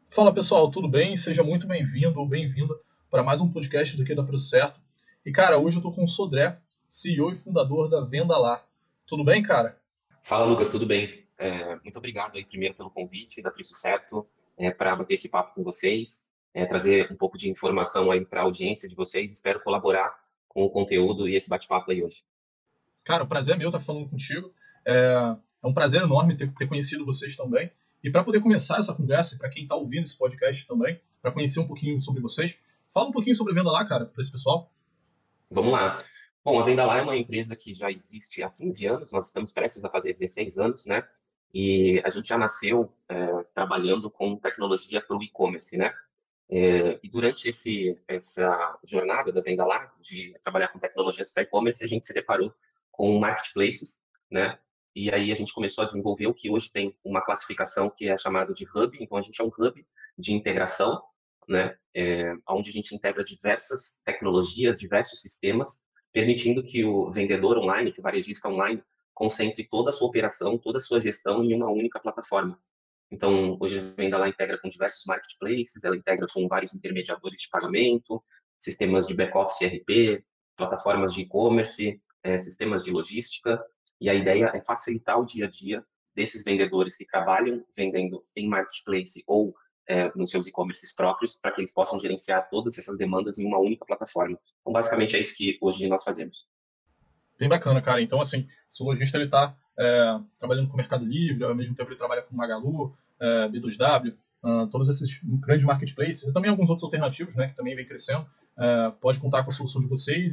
Fala pessoal, tudo bem? Seja muito bem-vindo ou bem-vinda para mais um podcast daqui da Preço Certo. E cara, hoje eu tô com o Sodré, CEO e fundador da Venda Lá. Tudo bem, cara? Fala, Lucas, tudo bem? Muito obrigado aí primeiro pelo convite da Preço Certo, para bater esse papo com vocês, trazer um pouco de informação aí para a audiência de vocês. Espero colaborar com o conteúdo e esse bate-papo aí hoje. Cara, o prazer é meu estar falando contigo. É um prazer enorme ter conhecido vocês também. E para poder começar essa conversa, para quem está ouvindo esse podcast também, para conhecer um pouquinho sobre vocês, fala um pouquinho sobre a Venda Lá, cara, para esse pessoal. Vamos lá. Bom, a Venda Lá é uma empresa que já existe há 15 anos, nós estamos prestes a fazer 16 anos, né? E a gente já nasceu trabalhando com tecnologia para o e-commerce, né? E durante essa jornada da Venda Lá, de trabalhar com tecnologias para e-commerce, a gente se deparou com marketplaces, né? E aí a gente começou a desenvolver o que hoje tem uma classificação que é chamado de hub. Então a gente é um hub de integração, né? Onde a gente integra diversas tecnologias, diversos sistemas, permitindo que o vendedor online, que o varejista online, concentre toda a sua operação, toda a sua gestão em uma única plataforma. Então, hoje a Venda ela integra com diversos marketplaces, ela integra com vários intermediadores de pagamento, sistemas de back-office ERP, plataformas de e-commerce, sistemas de logística, e a ideia é facilitar o dia a dia desses vendedores que trabalham vendendo em marketplace ou nos seus e-commerces próprios, para que eles possam gerenciar todas essas demandas em uma única plataforma. Então, basicamente, é isso que hoje nós fazemos. Bem bacana, cara. Então, assim, se o lojista ele está trabalhando com o Mercado Livre, ao mesmo tempo ele trabalha com Magalu, B2W, todos esses grandes marketplaces, e também alguns outros alternativos, né, que também vem crescendo, pode contar com a solução de vocês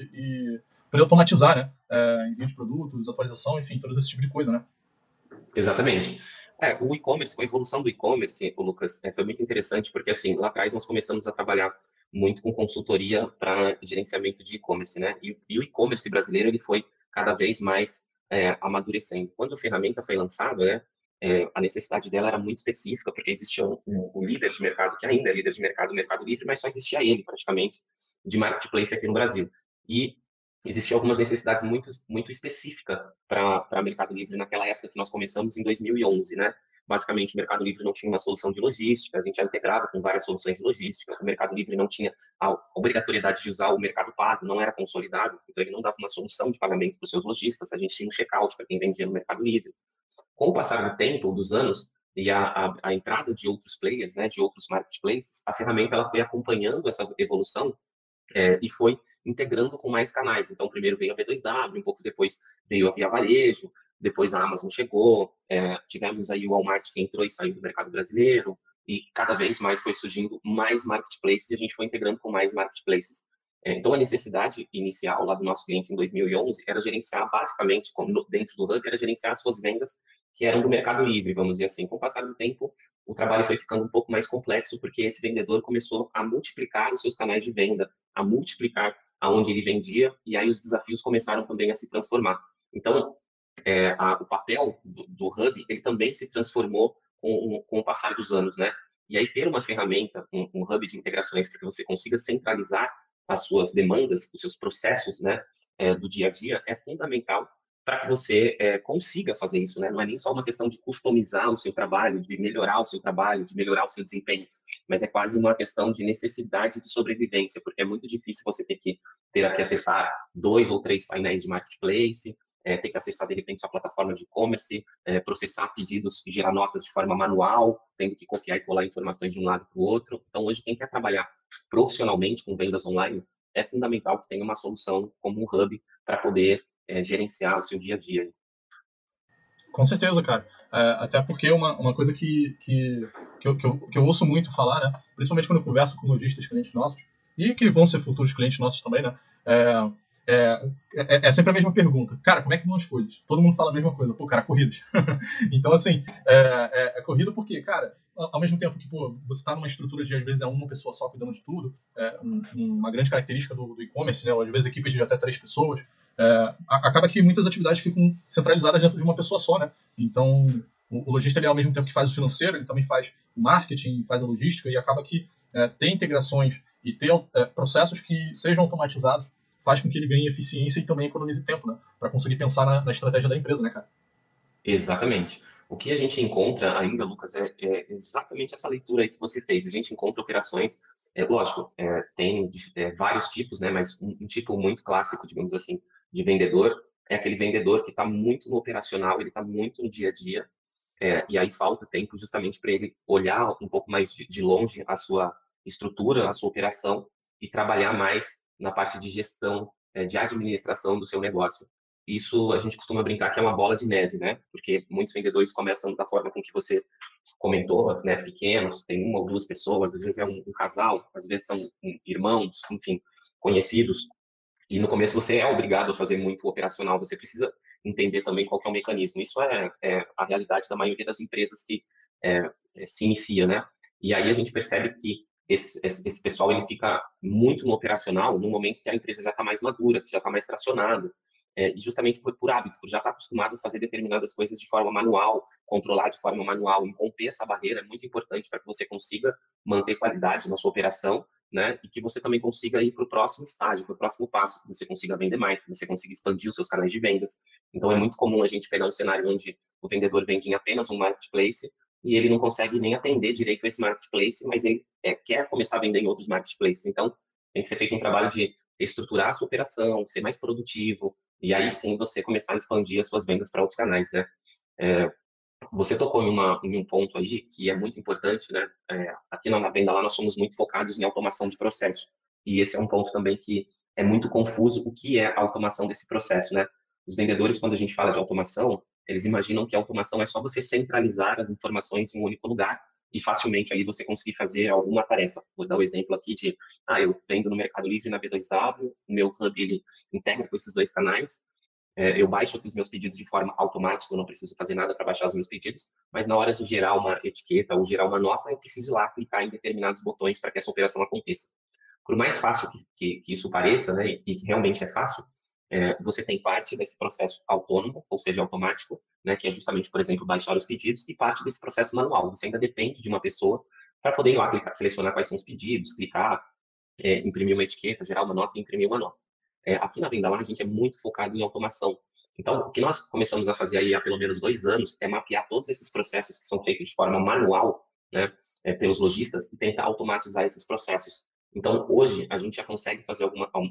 e poder automatizar, né, envio de produtos, atualização, enfim, todo esse tipo de coisa, né? Exatamente. O e-commerce, a evolução do e-commerce, o Lucas, foi muito interessante porque assim, lá atrás nós começamos a trabalhar muito com consultoria para gerenciamento de e-commerce, né? E o e-commerce brasileiro ele foi cada vez mais amadurecendo. Quando a ferramenta foi lançada, né, a necessidade dela era muito específica porque existia um líder de mercado que ainda é líder de mercado, o Mercado Livre, mas só existia ele praticamente de marketplace aqui no Brasil. E existiam algumas necessidades muito específicas para Mercado Livre naquela época que nós começamos em 2011, né? Basicamente, o Mercado Livre não tinha uma solução de logística, a gente já integrava com várias soluções de logística, o Mercado Livre não tinha a obrigatoriedade de usar o Mercado Pago, não era consolidado, então ele não dava uma solução de pagamento para os seus lojistas, a gente tinha um checkout para quem vendia no Mercado Livre. Com o passar do tempo, dos anos, e a entrada de outros players, né, de outros marketplaces, a ferramenta ela foi acompanhando essa evolução e foi integrando com mais canais. Então, primeiro veio a B2W, um pouco depois veio a Via Varejo, depois a Amazon chegou, tivemos aí o Walmart que entrou e saiu do mercado brasileiro, e cada vez mais foi surgindo mais marketplaces e a gente foi integrando com mais marketplaces. Então, a necessidade inicial lá do nosso cliente em 2011 era gerenciar, basicamente, dentro do Hub, era gerenciar as suas vendas que eram do Mercado Livre, vamos dizer assim. Com o passar do tempo, o trabalho foi ficando um pouco mais complexo, porque esse vendedor começou a multiplicar os seus canais de venda, a multiplicar aonde ele vendia, e aí os desafios começaram também a se transformar. Então, o papel do Hub, ele também se transformou com o passar dos anos, né? E aí ter uma ferramenta, um hub de integrações para que você consiga centralizar as suas demandas, os seus processos, né, do dia a dia, é fundamental para que você consiga fazer isso, né? Não é nem só uma questão de customizar o seu trabalho, de melhorar o seu trabalho, de melhorar o seu desempenho, mas é quase uma questão de necessidade de sobrevivência, porque é muito difícil você ter que acessar dois ou três painéis de marketplace, ter que acessar, de repente, sua plataforma de e-commerce, processar pedidos e gerar notas de forma manual, tendo que copiar e colar informações de um lado para o outro. Então, hoje, quem quer trabalhar profissionalmente com vendas online, é fundamental que tenha uma solução como um hub para poder gerenciar o seu dia a dia. Com certeza, cara. Até porque uma coisa que eu ouço muito falar, né? Principalmente quando eu converso com lojistas, clientes nossos, e que vão ser futuros clientes nossos também, né? É, é sempre a mesma pergunta. Cara, como é que vão as coisas? Todo mundo fala a mesma coisa. Pô, cara, corridas. Então, assim, é corrida porque, cara, ao mesmo tempo que pô, você está numa estrutura de, às vezes, é uma pessoa só cuidando de tudo, uma grande característica do e-commerce, né? Ou às vezes equipes de até 3 pessoas, acaba que muitas atividades ficam centralizadas dentro de uma pessoa só, né? Então, o lojista, ele, ao mesmo tempo que faz o financeiro, ele também faz o marketing, faz a logística, e acaba que ter integrações e ter processos que sejam automatizados faz com que ele ganhe eficiência e também economize tempo, né? Para conseguir pensar na estratégia da empresa, né, cara? Exatamente. O que a gente encontra ainda, Lucas, é exatamente essa leitura aí que você fez. A gente encontra operações, lógico, tem vários tipos, né? Mas um tipo muito clássico, digamos assim, de vendedor é aquele vendedor que está muito no operacional, ele está muito no dia a dia, e aí falta tempo justamente para ele olhar um pouco mais de longe a sua estrutura, a sua operação e trabalhar mais na parte de gestão, de administração do seu negócio. Isso a gente costuma brincar que é uma bola de neve, né? Porque muitos vendedores começam da forma com que você comentou, né? Pequenos, tem uma ou duas pessoas, às vezes é um casal, às vezes são irmãos, enfim, conhecidos. E no começo você é obrigado a fazer muito operacional, você precisa entender também qual que é o mecanismo. Isso é a realidade da maioria das empresas que se inicia, né? E aí a gente percebe que esse pessoal ele fica muito no operacional no momento que a empresa já está mais madura, que já está mais tracionada, e justamente por hábito, por já estar acostumado a fazer determinadas coisas de forma manual, controlar de forma manual, e romper essa barreira é muito importante para que você consiga manter qualidade na sua operação, né? E que você também consiga ir para o próximo estágio, para o próximo passo, que você consiga vender mais, que você consiga expandir os seus canais de vendas. Então, é muito comum a gente pegar um cenário onde o vendedor vende em apenas um marketplace e ele não consegue nem atender direito esse marketplace, mas ele quer começar a vender em outros marketplaces. Então, tem que ser feito um trabalho de estruturar a sua operação, ser mais produtivo, e aí sim você começar a expandir as suas vendas para outros canais, né? É, Você tocou em um ponto aí que é muito importante, né? Aqui na Venda Lá nós somos muito focados em automação de processo. E esse é um ponto também que é muito confuso o que é a automação desse processo, né? Os vendedores, quando a gente fala de automação, eles imaginam que a automação é só você centralizar as informações em um único lugar e facilmente aí você conseguir fazer alguma tarefa. Vou dar o um exemplo aqui de, eu vendo no Mercado Livre na B2W, o meu hub ele integra com esses dois canais, eu baixo aqui os meus pedidos de forma automática, eu não preciso fazer nada para baixar os meus pedidos, mas na hora de gerar uma etiqueta ou gerar uma nota, eu preciso ir lá clicar em determinados botões para que essa operação aconteça. Por mais fácil que isso pareça, né, e que realmente é fácil, você tem parte desse processo autônomo, ou seja, automático, né, que é justamente, por exemplo, baixar os pedidos, e parte desse processo manual. Você ainda depende de uma pessoa para poder ir lá clicar, selecionar quais são os pedidos, clicar, imprimir uma etiqueta, gerar uma nota e imprimir uma nota. Aqui na Venda Lá, a gente é muito focado em automação. Então, o que nós começamos a fazer aí há pelo menos 2 anos é mapear todos esses processos que são feitos de forma manual, né, pelos lojistas e tentar automatizar esses processos. Então, hoje, a gente já consegue fazer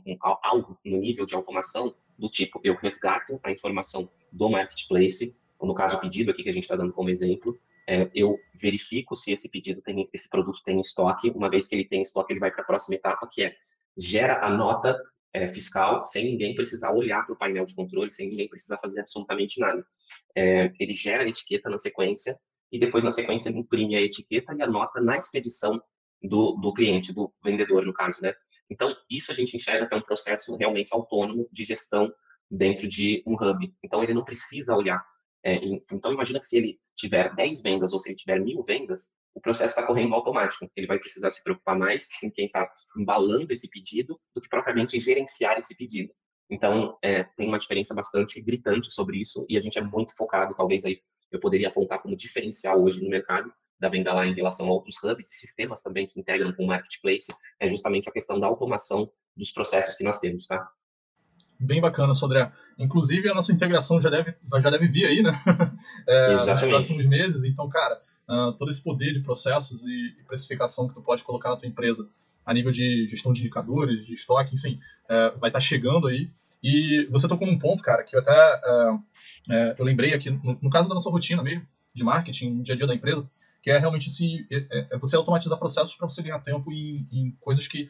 algo no nível de automação do tipo, eu resgato a informação do marketplace, ou no caso, o pedido aqui que a gente está dando como exemplo, eu verifico se esse produto tem estoque. Uma vez que ele tem estoque, ele vai para a próxima etapa, que é gera a nota fiscal, sem ninguém precisar olhar para o painel de controle, sem ninguém precisar fazer absolutamente nada. Ele gera a etiqueta na sequência e depois, na sequência, ele imprime a etiqueta e a nota na expedição do cliente, do vendedor, no caso, né? Então, isso a gente enxerga que é um processo realmente autônomo de gestão dentro de um hub. Então, ele não precisa olhar. Então, imagina que se ele tiver 10 vendas ou se ele tiver 1.000 vendas, o processo está correndo automático. Ele vai precisar se preocupar mais em quem está embalando esse pedido do que propriamente gerenciar esse pedido. Então, tem uma diferença bastante gritante sobre isso e a gente é muito focado, talvez aí eu poderia apontar como diferencial hoje no mercado da Venda Lá em relação a outros hubs e sistemas também que integram com o marketplace, é justamente a questão da automação dos processos que nós temos, tá? Bem bacana, Sodré. Inclusive, a nossa integração já deve vir aí, né? Nos próximos Exatamente. meses. Então, cara, todo esse poder de processos e precificação que tu pode colocar na tua empresa a nível de gestão de indicadores, de estoque, enfim, vai estar chegando aí. E você tocou num ponto, cara, que eu até eu lembrei aqui, no caso da nossa rotina mesmo, de marketing, no dia a dia da empresa, que é realmente você automatizar processos para você ganhar tempo em coisas que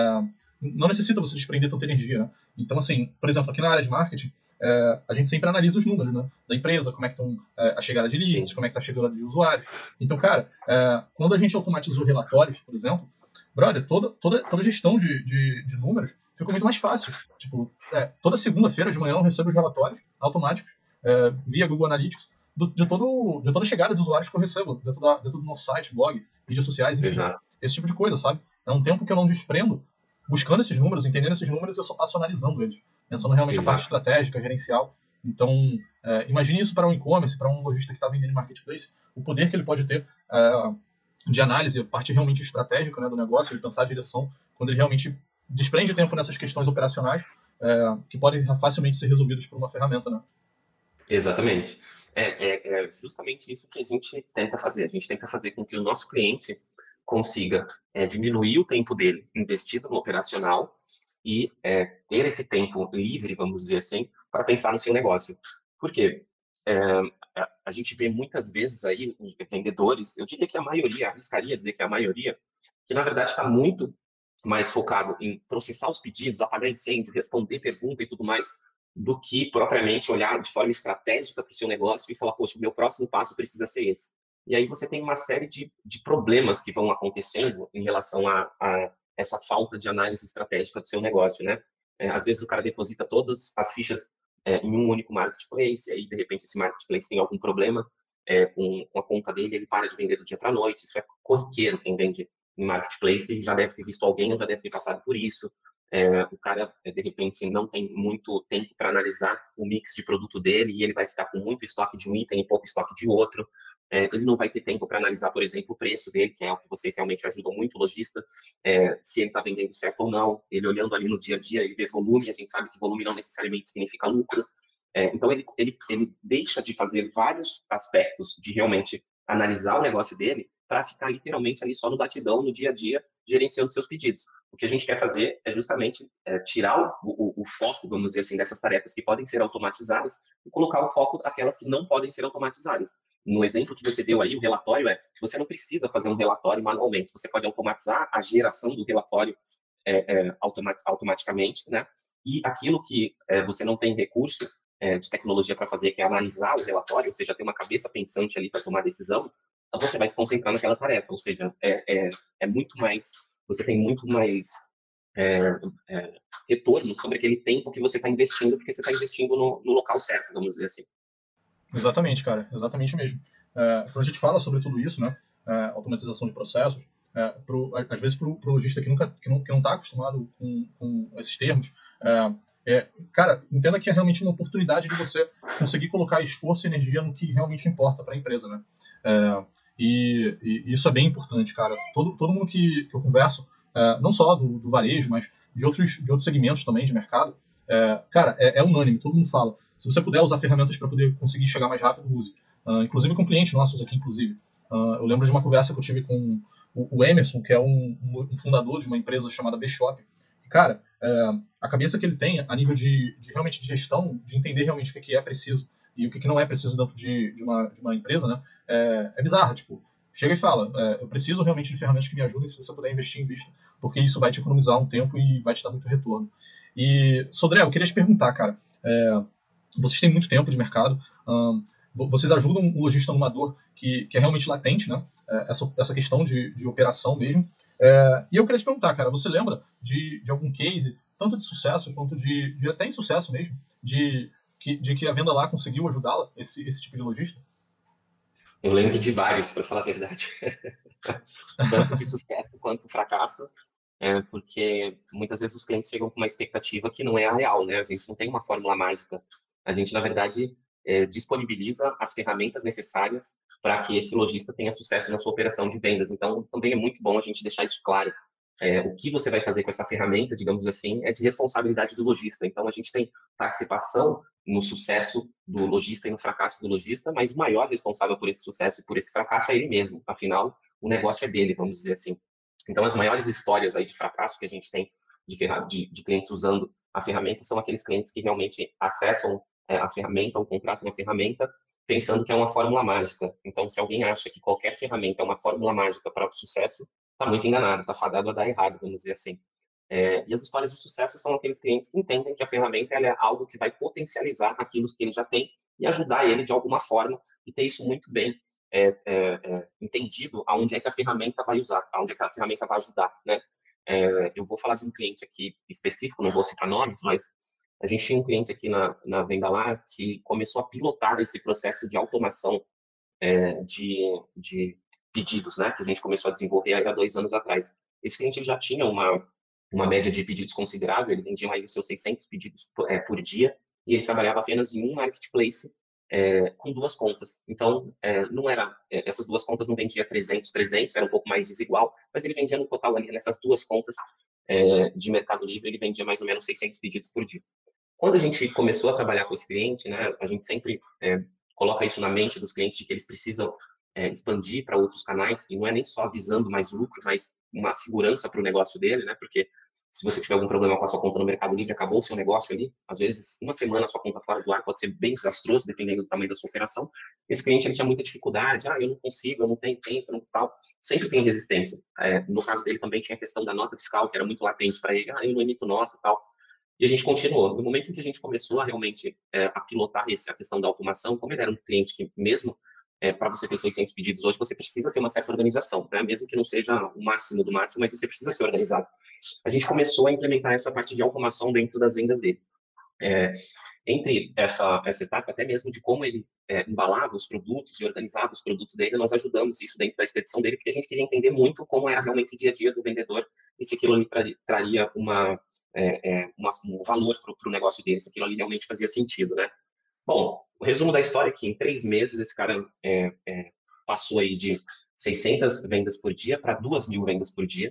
não necessita você desprender tanta energia, né? Então, assim, por exemplo, aqui na área de marketing, a gente sempre analisa os números, né, da empresa, como é que estão a chegada de leads, Sim. como é que está a chegada de usuários. Então, cara, quando a gente automatizou relatórios, por exemplo, brother, toda gestão de números ficou muito mais fácil. Tipo, toda segunda-feira de manhã eu recebo os relatórios automáticos, via Google Analytics, de toda a chegada de usuários que eu recebo dentro do nosso site, blog, mídias sociais, enfim. Exato. Esse tipo de coisa, sabe? É um tempo que eu não desprendo buscando esses números, entendendo esses números, eu só passo analisando eles, pensando realmente a parte Exato. estratégica, gerencial. Então, imagine isso para um e-commerce, para um lojista que está vendendo em marketplace, o poder que ele pode ter de análise, a parte realmente estratégica, né, do negócio, ele pensar a direção, quando ele realmente desprende tempo nessas questões operacionais que podem facilmente ser resolvidas por uma ferramenta, né? Exatamente. É justamente isso que a gente tenta fazer. A gente tenta fazer com que o nosso cliente consiga diminuir o tempo dele investido no operacional e ter esse tempo livre, vamos dizer assim, para pensar no seu negócio. Por quê? É, a gente vê muitas vezes aí os vendedores, eu diria que a maioria, arriscaria dizer que a maioria, que na verdade está muito mais focado em processar os pedidos, apagar incêndio, responder pergunta e tudo mais, do que propriamente olhar de forma estratégica para o seu negócio e falar, poxa, o meu próximo passo precisa ser esse. E aí você tem uma série de problemas que vão acontecendo em relação a essa falta de análise estratégica do seu negócio, né? Às vezes o cara deposita todas as fichas em um único marketplace, e aí de repente esse marketplace tem algum problema com a conta dele, ele para de vender do dia para a noite. Isso é corriqueiro, quem vende em marketplace já deve ter visto alguém ou já deve ter passado por isso. O cara, de repente, não tem muito tempo para analisar o mix de produto dele e ele vai ficar com muito estoque de um item e pouco estoque de outro. Ele não vai ter tempo para analisar, por exemplo, o preço dele, que é o que vocês realmente ajudam muito o lojista, se ele está vendendo certo ou não. Ele olhando ali no dia a dia, ele vê volume, a gente sabe que volume não necessariamente significa lucro. Então, ele deixa de fazer vários aspectos de realmente analisar o negócio dele para ficar literalmente ali só no batidão, no dia a dia, gerenciando seus pedidos. O que a gente quer fazer é justamente tirar o foco, vamos dizer assim, dessas tarefas que podem ser automatizadas e colocar o foco naquelas que não podem ser automatizadas. No exemplo que você deu aí, o relatório você não precisa fazer um relatório manualmente, você pode automatizar a geração do relatório automaticamente, né? E aquilo que você não tem recurso de tecnologia para fazer, que é analisar o relatório, ou seja, ter uma cabeça pensante ali para tomar decisão, então você vai se concentrar naquela tarefa, ou seja, é muito mais, você tem muito mais é, é, retorno sobre aquele tempo que você está investindo, porque você está investindo no local certo, vamos dizer assim. Exatamente, cara, exatamente mesmo. Quando a gente fala sobre tudo isso, né, automatização de processos, às vezes para o lojista que não está acostumado com esses termos, cara, entenda que é realmente uma oportunidade de você conseguir colocar esforço e energia no que realmente importa para a empresa, né? E isso é bem importante, cara. Todo mundo que eu converso, não só do varejo, mas de outros segmentos também de mercado, cara, é unânime, todo mundo fala. Se você puder usar ferramentas para poder conseguir chegar mais rápido, use. Inclusive com clientes nossos aqui, inclusive. Eu lembro de uma conversa que eu tive com o Emerson, que é um fundador de uma empresa chamada B-Shop. Cara, a cabeça que ele tem a nível de realmente de gestão, de entender realmente o que é preciso e o que não é preciso dentro de uma empresa, né, é bizarra. Tipo, chega e fala, eu preciso realmente de ferramentas que me ajudem, se você puder investir, invista, porque isso vai te economizar um tempo e vai te dar muito retorno. E, Sodré, eu queria te perguntar, cara, vocês têm muito tempo de mercado, vocês ajudam um lojista numa dor que é realmente latente, né? Essa questão de operação mesmo. E eu queria te perguntar, cara, você lembra de algum case, tanto de sucesso quanto de até insucesso mesmo, de que a venda lá conseguiu ajudá-la, esse tipo de lojista? Eu lembro de vários, para falar a verdade. Tanto de sucesso quanto fracasso, porque muitas vezes os clientes chegam com uma expectativa que não é a real, né? A gente não tem uma fórmula mágica. A gente, na verdade, disponibiliza as ferramentas necessárias para que esse lojista tenha sucesso na sua operação de vendas. Então, também é muito bom a gente deixar isso claro. O que você vai fazer com essa ferramenta, digamos assim, é de responsabilidade do lojista. Então, a gente tem participação no sucesso do lojista e no fracasso do lojista, mas o maior responsável por esse sucesso e por esse fracasso é ele mesmo. Afinal, o negócio é dele, vamos dizer assim. Então, as maiores histórias aí de fracasso que a gente tem de clientes usando a ferramenta são aqueles clientes que realmente acessam a ferramenta, ou contratam a ferramenta, pensando que é uma fórmula mágica. Então, se alguém acha que qualquer ferramenta é uma fórmula mágica para o sucesso, está muito enganado, está fadado a dar errado, vamos dizer assim. E as histórias de sucesso são aqueles clientes que entendem que a ferramenta ela é algo que vai potencializar aquilo que ele já tem e ajudar ele de alguma forma e ter isso muito bem entendido aonde é que a ferramenta vai usar, aonde é que a ferramenta vai ajudar, né? Eu vou falar de um cliente aqui específico, não vou citar nomes, mas a gente tinha um cliente aqui na Vendalar que começou a pilotar esse processo de automação de pedidos, né? Que a gente começou a desenvolver há 2 anos atrás. Esse cliente já tinha uma média de pedidos considerável, ele vendia aí os seus 600 pedidos por dia, e ele trabalhava apenas em um marketplace com 2 contas. Então, não era, essas 2 contas não vendia 300, era um pouco mais desigual, mas ele vendia no total ali nessas 2 contas de Mercado Livre, ele vendia mais ou menos 600 pedidos por dia. Quando a gente começou a trabalhar com esse cliente, né, a gente sempre coloca isso na mente dos clientes de que eles precisam expandir para outros canais, e não é nem só visando mais lucro, mas uma segurança para o negócio dele, né? Porque se você tiver algum problema com a sua conta no Mercado Livre, acabou o seu negócio ali, às vezes, uma semana a sua conta fora do ar pode ser bem desastroso, dependendo do tamanho da sua operação. Esse cliente ele tinha muita dificuldade, eu não consigo, eu não tenho tempo, não tal. Sempre tem resistência. No caso dele também tinha a questão da nota fiscal, que era muito latente para ele, eu não emito nota e tal. E a gente continuou. No momento em que a gente começou a realmente a pilotar a questão da automação, como ele era um cliente que mesmo para você ter 600 pedidos hoje, você precisa ter uma certa organização, né? Mesmo que não seja o máximo do máximo, mas você precisa ser organizado. A gente começou a implementar essa parte de automação dentro das vendas dele. Entre essa etapa, até mesmo de como ele embalava os produtos e organizava os produtos dele, nós ajudamos isso dentro da expedição dele, porque a gente queria entender muito como era realmente o dia a dia do vendedor e se aquilo ali traria um valor para o negócio dele, se aquilo ali realmente fazia sentido, né? Bom, o resumo da história é que em 3 meses esse cara passou aí de 600 vendas por dia para 2.000 vendas por dia.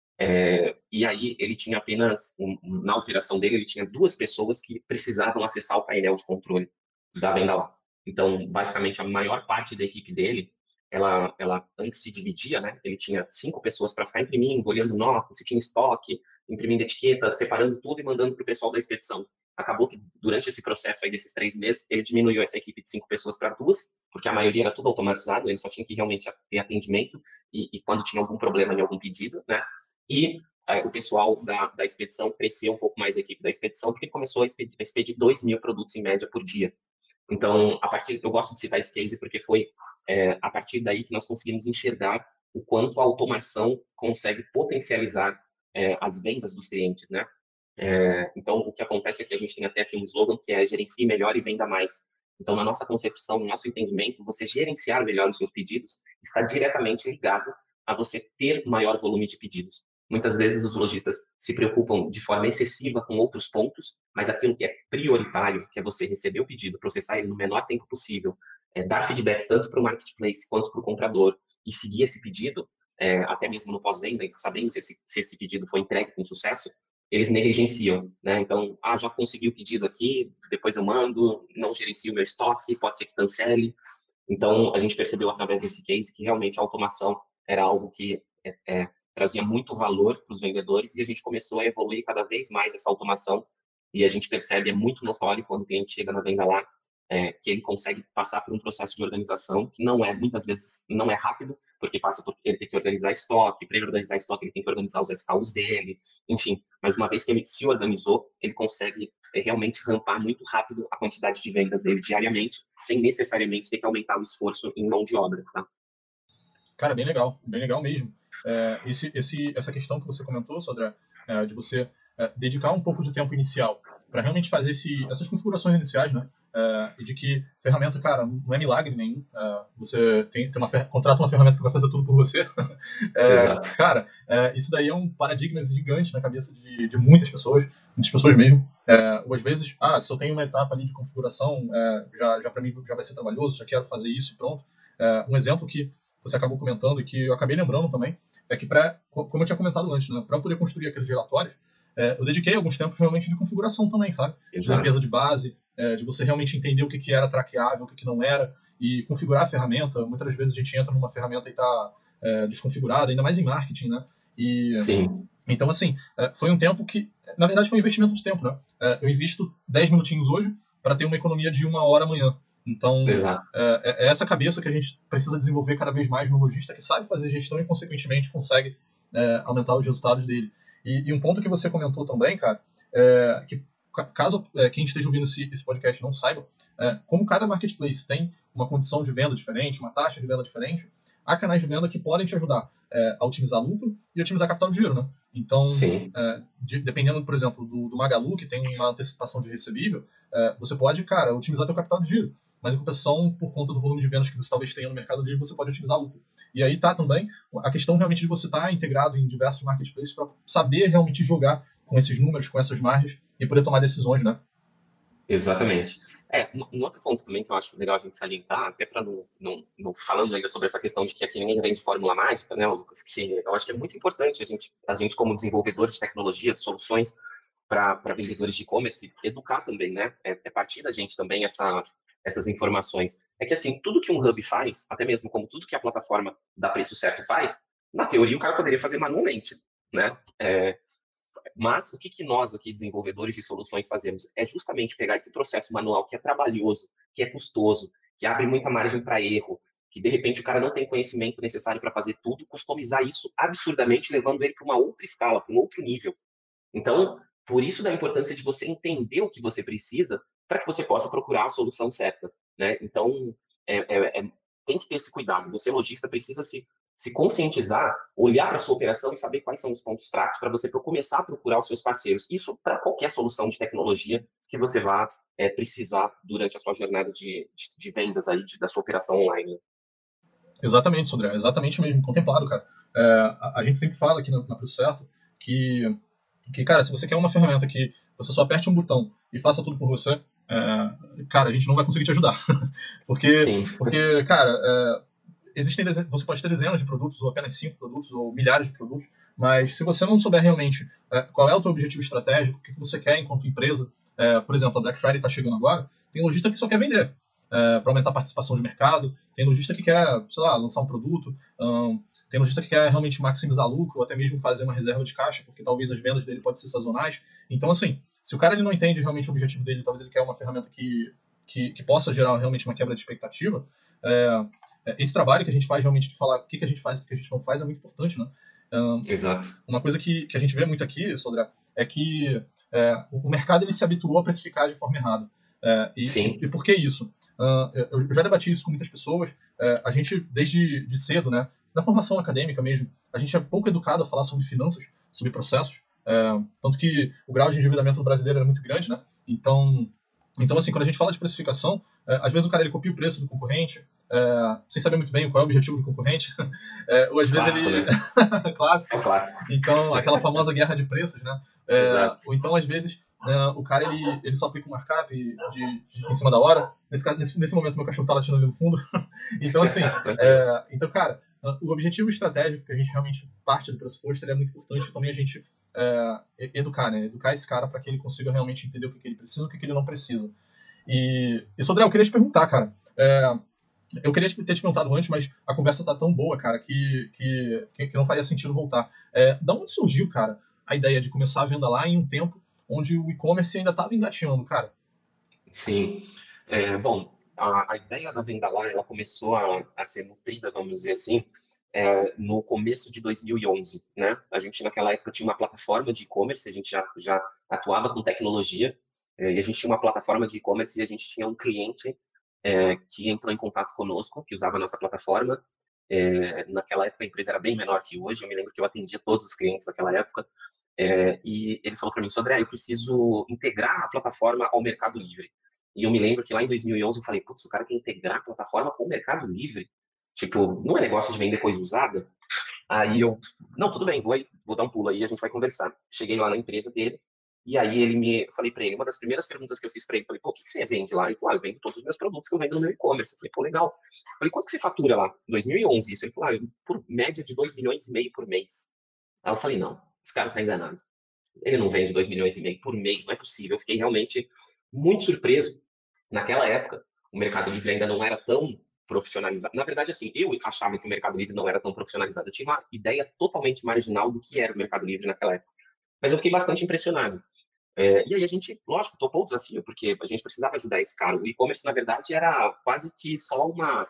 E aí ele tinha apenas, na operação dele, ele tinha 2 pessoas que precisavam acessar o painel de controle da venda lá. Então, basicamente, a maior parte da equipe dele, ela antes se dividia, né? Ele tinha 5 pessoas para ficar imprimindo, olhando nota, se tinha estoque, imprimindo etiqueta, separando tudo e mandando para o pessoal da expedição. Acabou que, durante esse processo aí desses 3 meses, ele diminuiu essa equipe de 5 pessoas para 2, porque a maioria era tudo automatizado, ele só tinha que realmente ter atendimento e quando tinha algum problema em algum pedido, né? E o pessoal da expedição cresceu um pouco mais a equipe da expedição, porque começou a expedir 2.000 produtos em média por dia. Então, eu gosto de citar esse case porque foi a partir daí que nós conseguimos enxergar o quanto a automação consegue potencializar as vendas dos clientes, né? Então, o que acontece é que a gente tem até aqui um slogan que é gerencie melhor e venda mais. Então, na nossa concepção, no nosso entendimento, você gerenciar melhor os seus pedidos está diretamente ligado a você ter maior volume de pedidos. Muitas vezes os lojistas se preocupam de forma excessiva com outros pontos, mas aquilo que é prioritário, que é você receber o pedido, processar ele no menor tempo possível, dar feedback tanto para o marketplace quanto para o comprador e seguir esse pedido, até mesmo no pós-venda, sabendo se esse pedido foi entregue com sucesso, eles negligenciam, né? Então, já consegui o pedido aqui, depois eu mando, não gerencio o meu estoque, pode ser que cancele. Então, a gente percebeu através desse case que realmente a automação era algo que trazia muito valor para os vendedores e a gente começou a evoluir cada vez mais essa automação e a gente percebe, é muito notório quando o cliente chega na venda lá, que ele consegue passar por um processo de organização que muitas vezes não é rápido, porque passa por ele ter que organizar estoque, para ele organizar estoque ele tem que organizar os SKUs dele, enfim, mas uma vez que ele se organizou, ele consegue realmente rampar muito rápido a quantidade de vendas dele diariamente, sem necessariamente ter que aumentar o esforço em mão de obra, tá? Cara, bem legal mesmo. Essa questão que você comentou, Sodré, de você dedicar um pouco de tempo inicial para realmente fazer essas configurações iniciais, né? E de que ferramenta, cara, não é milagre nenhum. Você contrata uma ferramenta que vai fazer tudo por você. Exato. Cara, isso daí é um paradigma gigante na cabeça de muitas pessoas mesmo. Às vezes, se eu tenho uma etapa ali de configuração, já para mim já vai ser trabalhoso, já quero fazer isso e pronto. Um exemplo que você acabou comentando e que eu acabei lembrando também, é que, como eu tinha comentado antes, né, para poder construir aqueles relatórios, eu dediquei alguns tempos realmente de configuração também, sabe? De limpeza de base, de você realmente entender o que era traqueável, o que não era, e configurar a ferramenta. Muitas vezes a gente entra numa ferramenta e está desconfigurada, ainda mais em marketing, né? Sim. Então, assim, foi um tempo que, na verdade, foi um investimento de tempo, né? Eu invisto 10 minutinhos hoje para ter uma economia de 1 hora amanhã. Então, é essa cabeça que a gente precisa desenvolver cada vez mais no lojista que sabe fazer gestão e, consequentemente, consegue aumentar os resultados dele. E um ponto que você comentou também, cara, que caso quem esteja ouvindo esse podcast não saiba, como cada marketplace tem uma condição de venda diferente, uma taxa de venda diferente, há canais de venda que podem te ajudar a otimizar lucro e otimizar capital de giro, né? Então, dependendo, por exemplo, do Magalu, que tem uma antecipação de recebível, você pode, cara, otimizar teu capital de giro. Mas em compensação, por conta do volume de vendas que você talvez tenha no Mercado Livre, você pode otimizar lucro. E aí tá também a questão realmente de você estar integrado em diversos marketplaces para saber realmente jogar com esses números, com essas margens e poder tomar decisões, né? Exatamente. Um outro ponto também que eu acho legal a gente salientar, até para não falando ainda sobre essa questão de que aqui ninguém vende fórmula mágica, né, Lucas, que eu acho que é muito importante a gente como desenvolvedor de tecnologia, de soluções para vendedores de e-commerce, educar também, né? É partir da gente também essas informações. É que, assim, tudo que um hub faz, até mesmo como tudo que a plataforma dá preço certo faz, na teoria o cara poderia fazer manualmente, né? Mas o que, que nós aqui, desenvolvedores de soluções, fazemos? É justamente pegar esse processo manual que é trabalhoso, que é custoso, que abre muita margem para erro, que de repente o cara não tem conhecimento necessário para fazer tudo, customizar isso absurdamente, levando ele para uma outra escala, para um outro nível. Então, por isso da importância de você entender o que você precisa para que você possa procurar a solução certa, né? Então, é, tem que ter esse cuidado. Você, lojista, precisa se conscientizar, olhar para a sua operação e saber quais são os pontos fracos para você começar a procurar os seus parceiros. Isso para qualquer solução de tecnologia que você vá precisar durante a sua jornada de vendas aí, da sua operação online. Exatamente, Sodré, exatamente mesmo, contemplado, cara. A gente sempre fala aqui na Preço Certo que, cara, se você quer uma ferramenta que você só aperte um botão e faça tudo por você, cara, a gente não vai conseguir te ajudar. Sim. porque cara, você pode ter dezenas de produtos, ou apenas 5 produtos, ou milhares de produtos, mas se você não souber realmente qual é o teu objetivo estratégico, o que você quer enquanto empresa, por exemplo, a Black Friday está chegando agora, tem lojista que só quer vender. Para aumentar a participação de mercado, tem lojista que quer, sei lá, lançar um produto, tem lojista que quer realmente maximizar lucro, ou até mesmo fazer uma reserva de caixa, porque talvez as vendas dele podem ser sazonais. Então, assim, se o cara ele não entende realmente o objetivo dele, talvez ele quer uma ferramenta que possa gerar realmente uma quebra de expectativa, esse trabalho que a gente faz realmente de falar o que a gente faz e o que a gente não faz é muito importante, né? Exato. Uma coisa que a gente vê muito aqui, Sodré, é que o mercado ele se habituou a precificar de forma errada. E por que isso? Eu já debati isso com muitas pessoas. A gente, desde de cedo, né, na formação acadêmica mesmo, a gente é pouco educado a falar sobre finanças, sobre processos. Tanto que o grau de endividamento do brasileiro é muito grande, né? Então, assim, quando a gente fala de precificação, às vezes o cara ele copia o preço do concorrente, sem saber muito bem qual é o objetivo do concorrente, ou às vezes Clássico, ele... né? Clássico. É o clássico. Então, aquela famosa guerra de preços, né? Exato. Ou então, às vezes, o cara ele só aplica um markup em cima da hora. Nesse momento, meu cachorro tá latindo ali no fundo. Então, assim, então, cara, o objetivo estratégico que a gente realmente parte do pressuposto ele é muito importante também a gente educar, né? Educar esse cara para que ele consiga realmente entender o que ele precisa e o que ele não precisa. E Sodré, eu queria te perguntar, cara. Eu queria ter te perguntado antes, mas a conversa tá tão boa, cara, que não faria sentido voltar. Da onde surgiu, cara, a ideia de começar a venda lá em um tempo onde o e-commerce ainda estava engateando, cara? Sim. Bom, a ideia da venda lá, ela começou a ser nutrida, vamos dizer assim, no começo de 2011, né? A gente, naquela época, tinha uma plataforma de e-commerce, a gente já atuava com tecnologia, e a gente tinha uma plataforma de e-commerce e a gente tinha um cliente que entrou em contato conosco, que usava a nossa plataforma. Naquela época, a empresa era bem menor que hoje, eu me lembro que eu atendia todos os clientes naquela época, e ele falou para mim, Sodré, eu preciso integrar a plataforma ao Mercado Livre. E eu me lembro que lá em 2011 eu falei, putz, o cara quer integrar a plataforma com o Mercado Livre? Tipo, não é negócio de vender coisa usada? Aí eu, não, tudo bem, vou dar um pulo aí, a gente vai conversar. Cheguei lá na empresa dele, e aí falei para ele, uma das primeiras perguntas que eu fiz para ele, falei, pô, o que você vende lá? Ele falou, eu vendo todos os meus produtos que eu vendo no meu e-commerce. Eu falei, pô, legal. Eu falei, quanto que você fatura lá? 2011, isso. Ele falou, por média de 2,5 milhões por mês. Aí eu falei, não, esse cara tá enganado. Ele não vende 2,5 milhões por mês, não é possível. Eu fiquei realmente muito surpreso. Naquela época, o Mercado Livre ainda não era tão profissionalizado. Na verdade, assim, eu achava que o Mercado Livre não era tão profissionalizado. Eu tinha uma ideia totalmente marginal do que era o Mercado Livre naquela época. Mas eu fiquei bastante impressionado. E aí a gente, lógico, topou o desafio, porque a gente precisava ajudar esse cara. O e-commerce, na verdade, era quase que só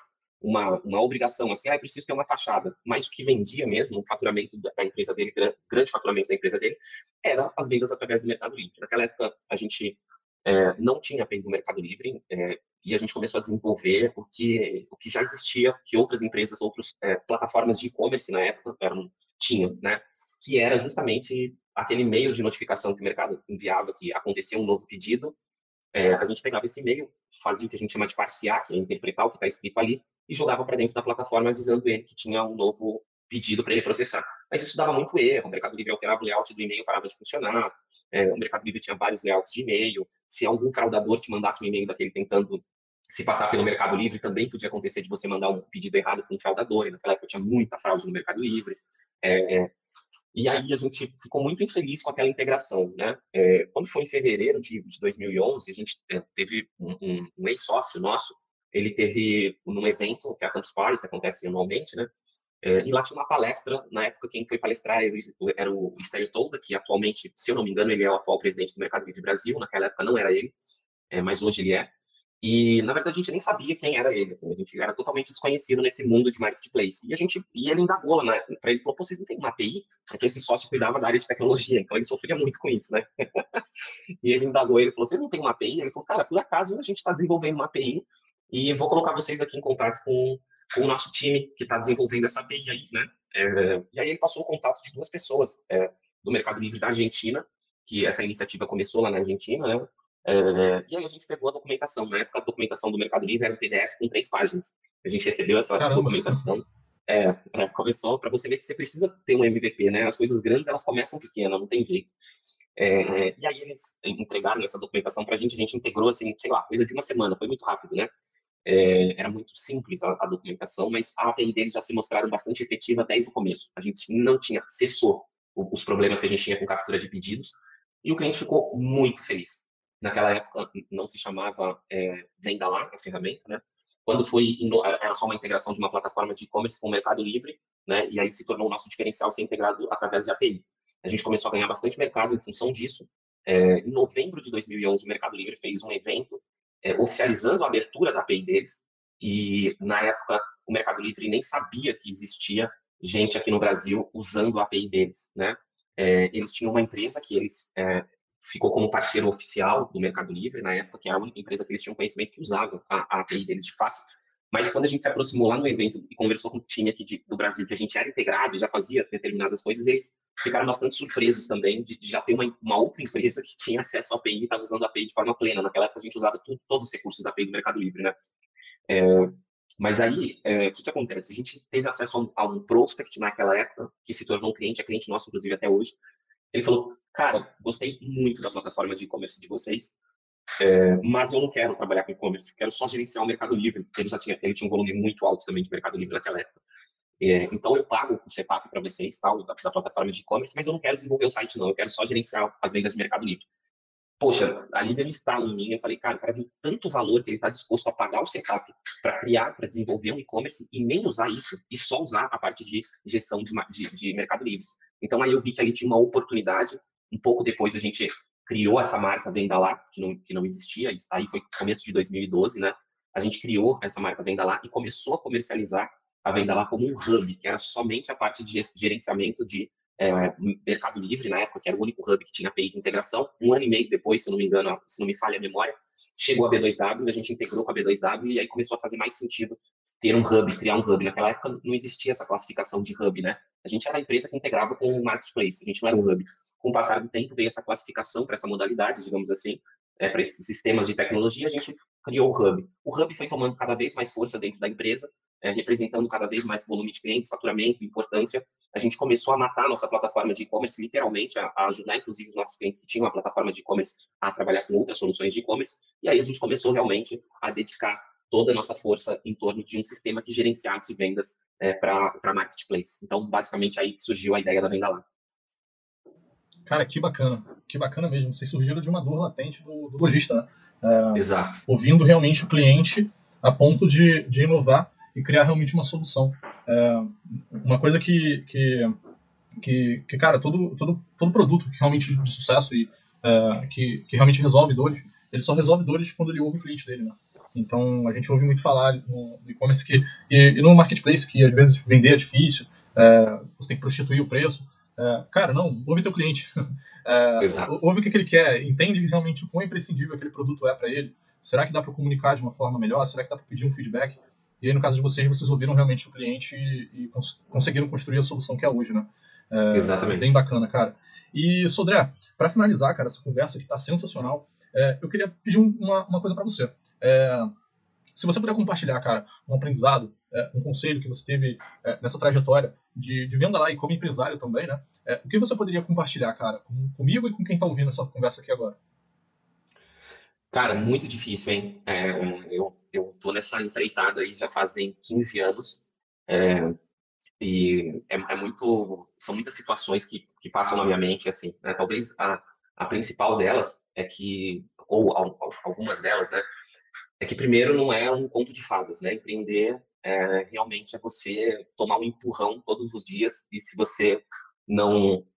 uma obrigação, assim, preciso ter uma fachada. Mas o que vendia mesmo, o faturamento da empresa dele, grande faturamento da empresa dele, era as vendas através do Mercado Livre. Naquela época, a gente não tinha API do Mercado Livre, e a gente começou a desenvolver o que já existia, que outras empresas, outras plataformas de e-commerce na época tinham, né? Que era justamente aquele e-mail de notificação que o mercado enviava que acontecia um novo pedido. A gente pegava esse e-mail, fazia o que a gente chama de parsear, que é interpretar o que está escrito ali, e jogava para dentro da plataforma avisando ele que tinha um novo pedido para ele processar. Mas isso dava muito erro, o Mercado Livre alterava o layout do e-mail, parava de funcionar, o Mercado Livre tinha vários layouts de e-mail, se algum fraudador te mandasse um e-mail daquele tentando se passar pelo Mercado Livre, também podia acontecer de você mandar um pedido errado para um fraudador, e naquela época tinha muita fraude no Mercado Livre. E aí a gente ficou muito infeliz com aquela integração, né? Quando foi em fevereiro de 2011, a gente teve um ex-sócio nosso, ele teve num evento, que é a Campus Party, que acontece anualmente, né? E lá tinha uma palestra, na época quem foi palestrar era o Estélio Tolda, que atualmente, se eu não me engano, ele é o atual presidente do Mercado Livre Brasil, naquela época não era ele, mas hoje ele é. E, na verdade, a gente nem sabia quem era ele. Assim, a gente era totalmente desconhecido nesse mundo de marketplace. E ele indagou, né? Para ele, falou, pô, vocês não têm uma API? Porque esse sócio cuidava da área de tecnologia, então ele sofria muito com isso, né? E ele indagou, ele falou, vocês não têm uma API? Ele falou, cara, por acaso a gente está desenvolvendo uma API e vou colocar vocês aqui em contato com o nosso time que está desenvolvendo essa API aí, né? E aí ele passou o contato de duas pessoas do Mercado Livre da Argentina, que essa iniciativa começou lá na Argentina, né? E aí a gente pegou a documentação. Na época, a documentação do Mercado Livre era um PDF com 3 páginas. A gente recebeu essa Caramba. documentação. Começou para você ver que você precisa ter um MVP, né? As coisas grandes, elas começam pequenas, não tem jeito. E aí eles entregaram essa documentação para a gente integrou, assim, sei lá, coisa de uma semana, foi muito rápido, né? Era muito simples a documentação, mas a API deles já se mostraram bastante efetiva desde o começo. A gente não tinha, cessou os problemas que a gente tinha com captura de pedidos, e o cliente ficou muito feliz. Naquela época não se chamava Venda Lá, a ferramenta, né? Quando foi, era só uma integração de uma plataforma de e-commerce com o Mercado Livre, né? E aí se tornou o nosso diferencial ser integrado através de API. A gente começou a ganhar bastante mercado em função disso. Em novembro de 2011, o Mercado Livre fez um evento oficializando a abertura da API deles. E, na época, o Mercado Livre nem sabia que existia gente aqui no Brasil usando a API deles, né? Eles tinham uma empresa que eles ficou como parceiro oficial do Mercado Livre, na época, que era a única empresa que eles tinham conhecimento que usava a API deles de fato. Mas quando a gente se aproximou lá no evento e conversou com o time aqui do Brasil, que a gente era integrado e já fazia determinadas coisas, eles ficaram bastante surpresos também de já ter uma outra empresa que tinha acesso à API e estava usando a API de forma plena. Naquela época a gente usava todos os recursos da API do Mercado Livre, né? Mas aí, o que acontece? A gente teve acesso a um prospect naquela época, que se tornou um cliente, é cliente nosso, inclusive, até hoje. Ele falou, cara, gostei muito da plataforma de e-commerce de vocês, mas eu não quero trabalhar com e-commerce, quero só gerenciar o Mercado Livre. Ele tinha um volume muito alto também de Mercado Livre naquela época. Então eu pago o CPAP para vocês, tal, da plataforma de e-commerce, mas eu não quero desenvolver o site, não. Eu quero só gerenciar as vendas de Mercado Livre. Poxa, ali deu um estalo em mim. Eu falei, cara, o cara viu tanto valor que ele está disposto a pagar o setup para criar, para desenvolver um e-commerce e nem usar isso, e só usar a parte de gestão de Mercado Livre. Então aí eu vi que ali tinha uma oportunidade. Um pouco depois a gente criou essa marca Venda Lá, que não existia. Aí foi começo de 2012, né? A gente criou essa marca Venda Lá e começou a comercializar a Venda Lá como um hub, que era somente a parte de gerenciamento de Mercado Livre, na época, que era o único hub que tinha API de integração. Um ano e meio depois, se não me engano, se não me falha a memória, chegou a B2W, a gente integrou com a B2W e aí começou a fazer mais sentido ter um hub, criar um hub. Naquela época não existia essa classificação de hub, né? A gente era a empresa que integrava com o marketplace, a gente não era um hub. Com o passar do tempo, veio essa classificação para essa modalidade, digamos assim, para esses sistemas de tecnologia, a gente criou o hub. O hub foi tomando cada vez mais força dentro da empresa, representando cada vez mais volume de clientes, faturamento, importância. A gente começou a matar a nossa plataforma de e-commerce, literalmente, a ajudar, inclusive, os nossos clientes que tinham uma plataforma de e-commerce a trabalhar com outras soluções de e-commerce. E aí a gente começou realmente a dedicar toda a nossa força em torno de um sistema que gerenciasse vendas para marketplace. Então, basicamente, aí que surgiu a ideia da Venda Lá. Cara, que bacana mesmo. Vocês surgiram de uma dor latente do lojista, né? Exato. Ouvindo realmente o cliente a ponto de inovar e criar realmente uma solução. Uma coisa que cara, todo produto que realmente de sucesso e que realmente resolve dores, ele só resolve dores quando ele ouve o cliente dele, né? Então, a gente ouve muito falar no e-commerce e no marketplace que às vezes vender é difícil, você tem que prostituir o preço. Cara, não, ouve teu cliente. Ouve o que ele quer, entende realmente o quão imprescindível aquele produto é para ele. Será que dá para comunicar de uma forma melhor? Será que dá para pedir um feedback? E aí, no caso de vocês ouviram realmente o cliente e conseguiram construir a solução que é hoje, né? Exatamente. Bem bacana, cara. E, Sodré, para finalizar, cara, essa conversa que está sensacional, eu queria pedir uma coisa para você. Se você puder compartilhar, cara, um aprendizado, um conselho que você teve nessa trajetória de venda lá e como empresário também, né? O que você poderia compartilhar, cara, comigo e com quem está ouvindo essa conversa aqui agora? Cara, muito difícil, hein? Eu tô nessa empreitada aí já fazem 15 anos. E são muitas situações que passam na minha mente, assim, né? Talvez a principal delas é que, algumas delas, né? É que primeiro não é um conto de fadas, né? Empreender realmente é você tomar um empurrão todos os dias e se você não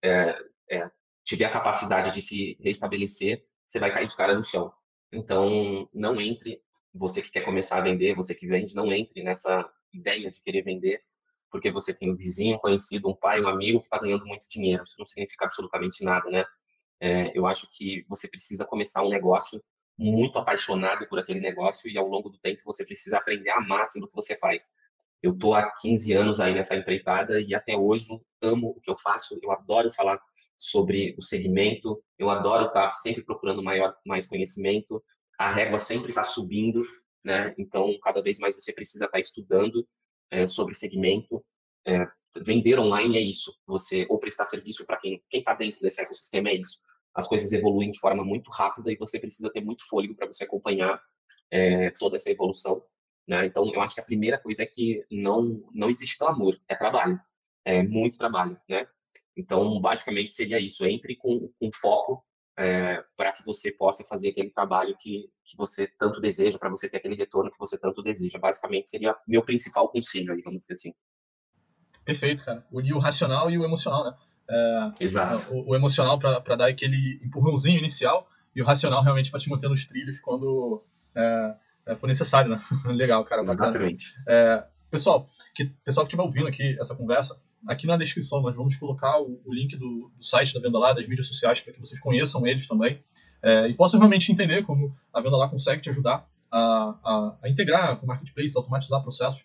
tiver a capacidade de se restabelecer, você vai cair de cara no chão. Então, não entre, você que quer começar a vender, você que vende, não entre nessa ideia de querer vender, porque você tem um vizinho, um conhecido, um pai, um amigo que está ganhando muito dinheiro. Isso não significa absolutamente nada, né? Eu acho que você precisa começar um negócio muito apaixonado por aquele negócio e ao longo do tempo você precisa aprender a amar aquilo que você faz. Eu estou há 15 anos aí nessa empreitada e até hoje eu amo o que eu faço, eu adoro falar sobre o segmento, eu adoro estar sempre procurando mais conhecimento, a régua sempre está subindo, né? Então, cada vez mais você precisa estar estudando sobre o segmento. É, Vender online é isso, você ou prestar serviço para quem está dentro desse ecossistema é isso. As coisas evoluem de forma muito rápida e você precisa ter muito fôlego para você acompanhar toda essa evolução, né? Então, eu acho que a primeira coisa é que não existe glamour, é trabalho, é muito trabalho, né? Então, basicamente seria isso, entre com foco para que você possa fazer aquele trabalho que você tanto deseja, para você ter aquele retorno que você tanto deseja. Basicamente seria meu principal conselho aí, vamos dizer assim. Perfeito, cara. Unir o racional e o emocional, né? Exato. O emocional para dar aquele empurrãozinho inicial e o racional realmente para te manter nos trilhos quando for necessário, né? Legal, cara, bacana. Exatamente. Pessoal que estiver ouvindo aqui essa conversa, aqui na descrição nós vamos colocar o link do site da Venda Lá, das mídias sociais, para que vocês conheçam eles também e possam realmente entender como a Venda Lá consegue te ajudar a integrar com o marketplace, automatizar processos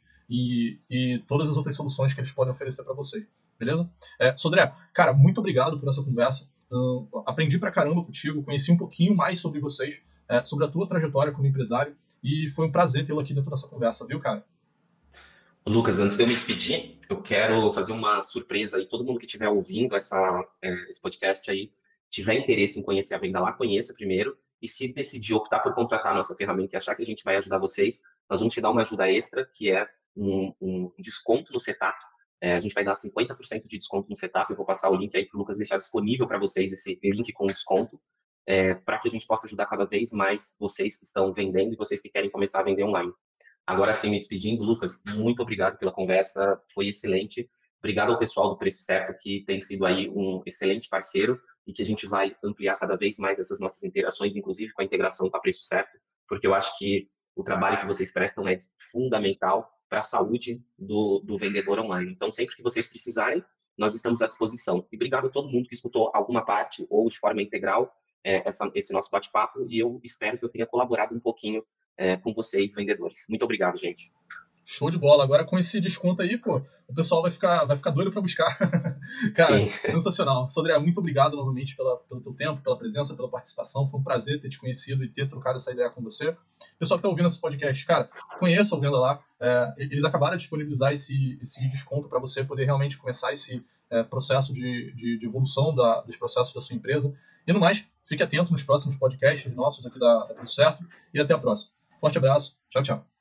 e todas as outras soluções que eles podem oferecer para vocês. Beleza? Sodré, cara, muito obrigado por essa conversa. Aprendi pra caramba contigo, conheci um pouquinho mais sobre vocês, sobre a tua trajetória como empresário, e foi um prazer tê-lo aqui dentro dessa conversa, viu, cara? Lucas, antes de eu me despedir, eu quero fazer uma surpresa aí. Todo mundo que estiver ouvindo esse podcast aí, tiver interesse em conhecer a Venda Lá, conheça primeiro. E se decidir optar por contratar a nossa ferramenta e achar que a gente vai ajudar vocês, nós vamos te dar uma ajuda extra, que é um desconto no setup. A gente vai dar 50% de desconto no setup. Eu vou passar o link aí para o Lucas deixar disponível para vocês, esse link com desconto, para que a gente possa ajudar cada vez mais vocês que estão vendendo e vocês que querem começar a vender online. Agora sim, me despedindo, Lucas, muito obrigado pela conversa, foi excelente. Obrigado ao pessoal do Preço Certo, que tem sido aí um excelente parceiro e que a gente vai ampliar cada vez mais essas nossas interações, inclusive com a integração com a Preço Certo, porque eu acho que o trabalho que vocês prestam é fundamental para a saúde do vendedor online. Então, sempre que vocês precisarem, nós estamos à disposição. E obrigado a todo mundo que escutou alguma parte ou de forma integral esse nosso bate-papo e eu espero que eu tenha colaborado um pouquinho com vocês, vendedores. Muito obrigado, gente. Show de bola. Agora com esse desconto aí, pô, o pessoal vai ficar doido para buscar. Cara, Sim. sensacional. Sodré, muito obrigado novamente pelo teu tempo, pela presença, pela participação. Foi um prazer ter te conhecido e ter trocado essa ideia com você. Pessoal que tá ouvindo esse podcast, cara, conheça o Venda Lá. Eles acabaram de disponibilizar esse desconto para você poder realmente começar esse processo de evolução dos processos da sua empresa. E no mais, fique atento nos próximos podcasts nossos aqui da Tudo Certo e até a próxima. Forte abraço. Tchau, tchau.